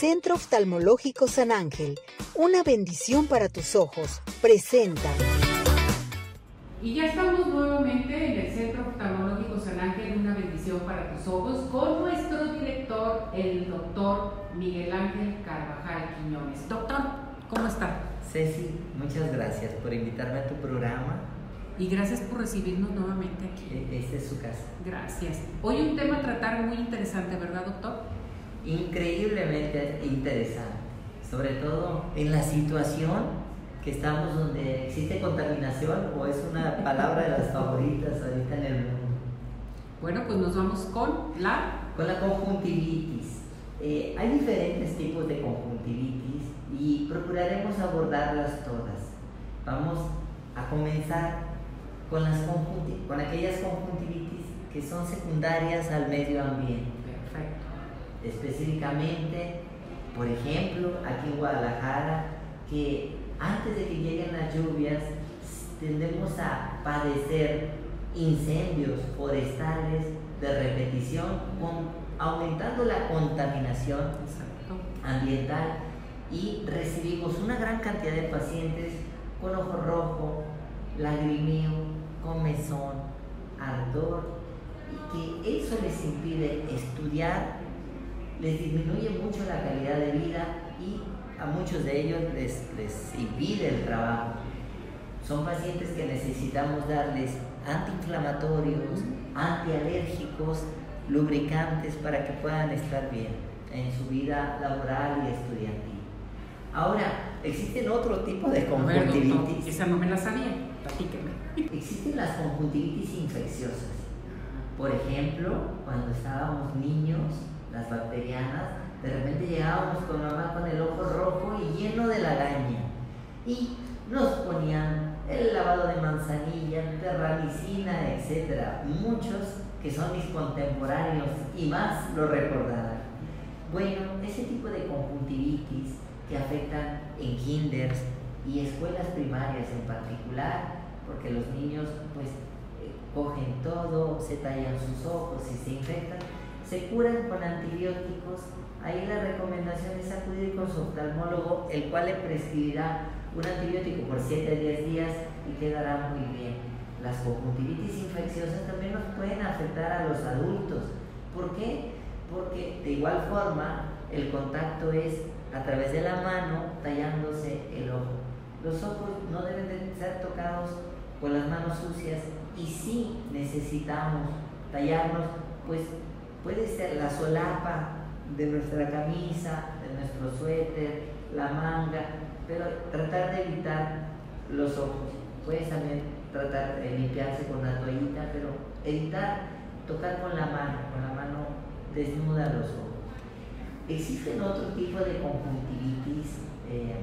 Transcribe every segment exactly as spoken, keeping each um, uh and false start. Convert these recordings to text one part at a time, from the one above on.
Centro Oftalmológico San Ángel, una bendición para tus ojos, presenta. Y ya estamos nuevamente en el Centro Oftalmológico San Ángel, una bendición para tus ojos, con nuestro director, el doctor Miguel Ángel Carvajal Quiñones. Doctor, ¿cómo está? Ceci, muchas gracias por invitarme a tu programa. Y gracias por recibirnos nuevamente aquí. Esta es su casa. Gracias. Hoy un tema a tratar muy interesante, ¿verdad, doctor? Increíblemente interesante, sobre todo en la situación que estamos donde existe contaminación, o es una palabra de las favoritas ahorita en el mundo. Bueno, pues nos vamos con la... Con la conjuntivitis. Eh, hay diferentes tipos de conjuntivitis y procuraremos abordarlas todas. Vamos a comenzar con, las conjunti- con aquellas conjuntivitis que son secundarias al medio ambiente. Perfecto. Específicamente, por ejemplo, aquí en Guadalajara, que antes de que lleguen las lluvias tendemos a padecer incendios forestales de repetición, con, aumentando la contaminación Exacto. ambiental, y recibimos una gran cantidad de pacientes con ojo rojo, lagrimeo, comezón, ardor, y que eso les impide estudiar, les disminuye mucho la calidad de vida y a muchos de ellos les, les impide el trabajo. Son pacientes que necesitamos darles antiinflamatorios, antialérgicos, lubricantes para que puedan estar bien en su vida laboral y estudiantil. Ahora, existen otro tipo de conjuntivitis. A ver, doctor, esa no me la sabía, platíqueme. Existen las conjuntivitis infecciosas. Por ejemplo, cuando estábamos niños, las bacterianas, de repente llegábamos con mamá con el ojo rojo y lleno de lagaña, y nos ponían el lavado de manzanilla, terramicina, etcétera. Muchos que son mis contemporáneos y más lo recordarán. Bueno, ese tipo de conjuntivitis que afectan en kinders y escuelas primarias en particular, porque los niños pues eh, cogen todo, se tallan sus ojos y se infectan, se curan con antibióticos. Ahí la recomendación es acudir con su oftalmólogo, el cual le prescribirá un antibiótico por siete a diez días y quedará muy bien. Las conjuntivitis infecciosas también nos pueden afectar a los adultos. ¿Por qué? Porque de igual forma el contacto es a través de la mano, tallándose el ojo. Los ojos no deben de ser tocados con las manos sucias, y si necesitamos tallarnos, pues puede ser la solapa de nuestra camisa, de nuestro suéter, la manga, pero tratar de evitar los ojos. Puedes también tratar de limpiarse con una toallita, pero evitar tocar con la mano, con la mano desnuda los ojos. Existen otro tipo de conjuntivitis eh,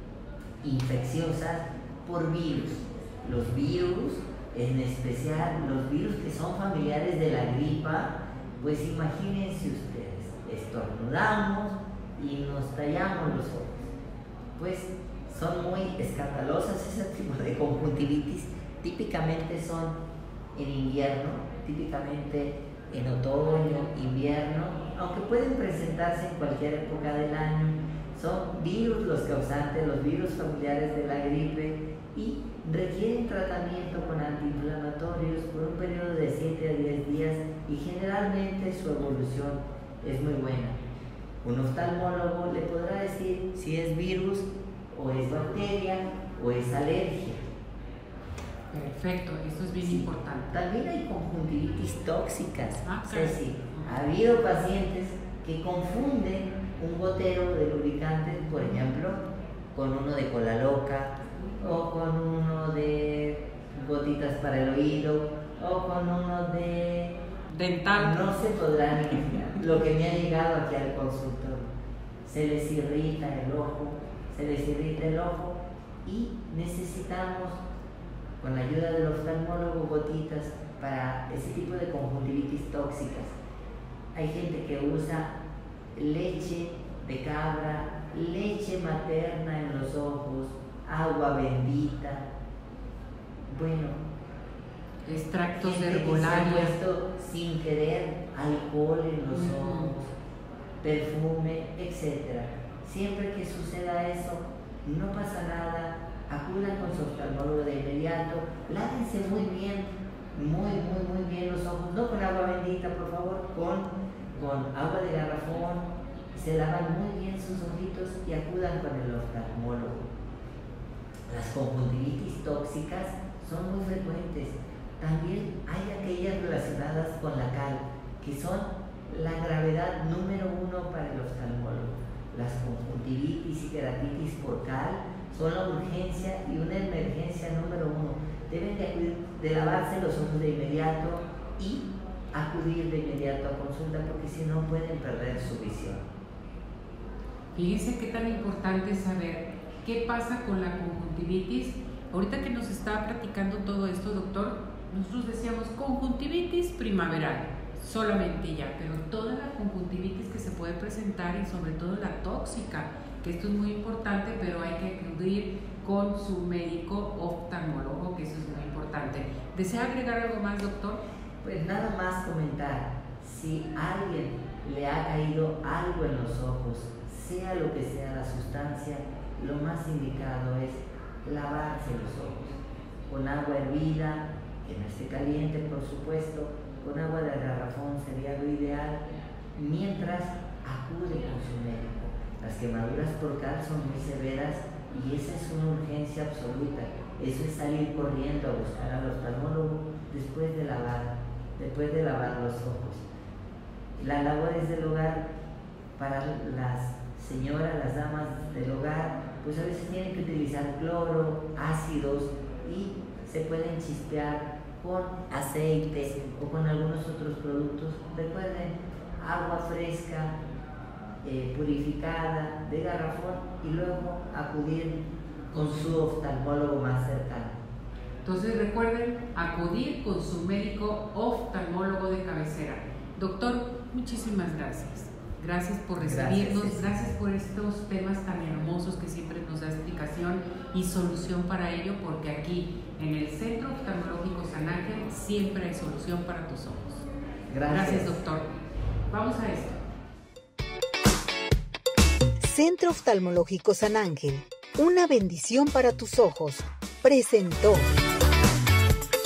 infecciosas por virus. Los virus, en especial los virus que son familiares de la gripa, pues imagínense ustedes, estornudamos y nos tallamos los ojos. Pues son muy escandalosas ese tipo de conjuntivitis. Típicamente son en invierno, típicamente en otoño, invierno, aunque pueden presentarse en cualquier época del año. Son virus los causantes, los virus familiares de la gripe, y requieren tratamiento con antiinflamatorios por un periodo de siete a diez días, y generalmente su evolución es muy buena. Un oftalmólogo le podrá decir si es virus, o es bacteria, o es alergia. Perfecto, eso es bien Sí. importante. También hay conjuntivitis tóxicas. Ah, claro. Ceci, ha habido pacientes que confunden un gotero de lubricante, por ejemplo, con uno de cola loca, o con uno de gotitas para el oído, o con uno de Dental. no se podrán imaginar lo que me ha llegado aquí al consultorio. Se les irrita el ojo, se les irrita el ojo, y necesitamos, con la ayuda del oftalmólogo, gotitas para ese tipo de conjuntivitis tóxicas. Hay gente que usa leche de cabra, leche materna en los ojos, agua bendita. Bueno, Extractos de gente que se ha herbolaria. puesto sin querer alcohol en los Ujú. ojos. perfume, etcétera. Siempre que suceda eso, no pasa nada, acudan con su oftalmólogo de inmediato, lávense muy bien, muy, muy, muy bien los ojos, no con agua bendita, por favor, con, con agua de garrafón, se lavan muy bien sus ojitos y acudan con el oftalmólogo. Las conjuntivitis tóxicas son muy frecuentes. También hay aquellas relacionadas con la cal, que son la gravedad número uno para el oftalmólogo. Las conjuntivitis y queratitis por cal son la urgencia y una emergencia número uno. Deben de, acudir, de lavarse los ojos de inmediato y acudir de inmediato a consulta, porque si no pueden perder su visión. Fíjense qué tan importante es saber qué pasa con la conjuntivitis. Ahorita que nos está platicando todo esto, doctor, nosotros decíamos conjuntivitis primaveral, solamente ya, pero toda la conjuntivitis que se puede presentar y sobre todo la tóxica, que esto es muy importante, pero hay que acudir con su médico oftalmólogo, que eso es muy importante. ¿Desea agregar algo más, doctor? Pues nada más comentar, si a alguien le ha caído algo en los ojos, sea lo que sea la sustancia, lo más indicado es lavarse los ojos con agua hervida, que no esté caliente por supuesto, con agua de garrafón sería lo ideal, mientras acude con su médico. Las quemaduras por cal son muy severas y esa es una urgencia absoluta. Eso es salir corriendo a buscar al oftalmólogo después de lavar, después de lavar los ojos. Las labores del hogar para las señoras, las damas del hogar, pues a veces tienen que utilizar cloro, ácidos y se pueden chispear con aceite o con algunos otros productos. Recuerden, agua fresca, eh, purificada, de garrafón, y luego acudir con su oftalmólogo más cercano. Entonces recuerden acudir con su médico oftalmólogo de cabecera. Doctor, muchísimas gracias. Gracias por recibirnos, gracias, gracias por estos temas tan hermosos que siempre nos da explicación y solución para ello, porque aquí en el Centro Oftalmológico San Ángel siempre hay solución para tus ojos. Gracias, gracias doctor. Vamos a esto. Centro Oftalmológico San Ángel, una bendición para tus ojos, presentó.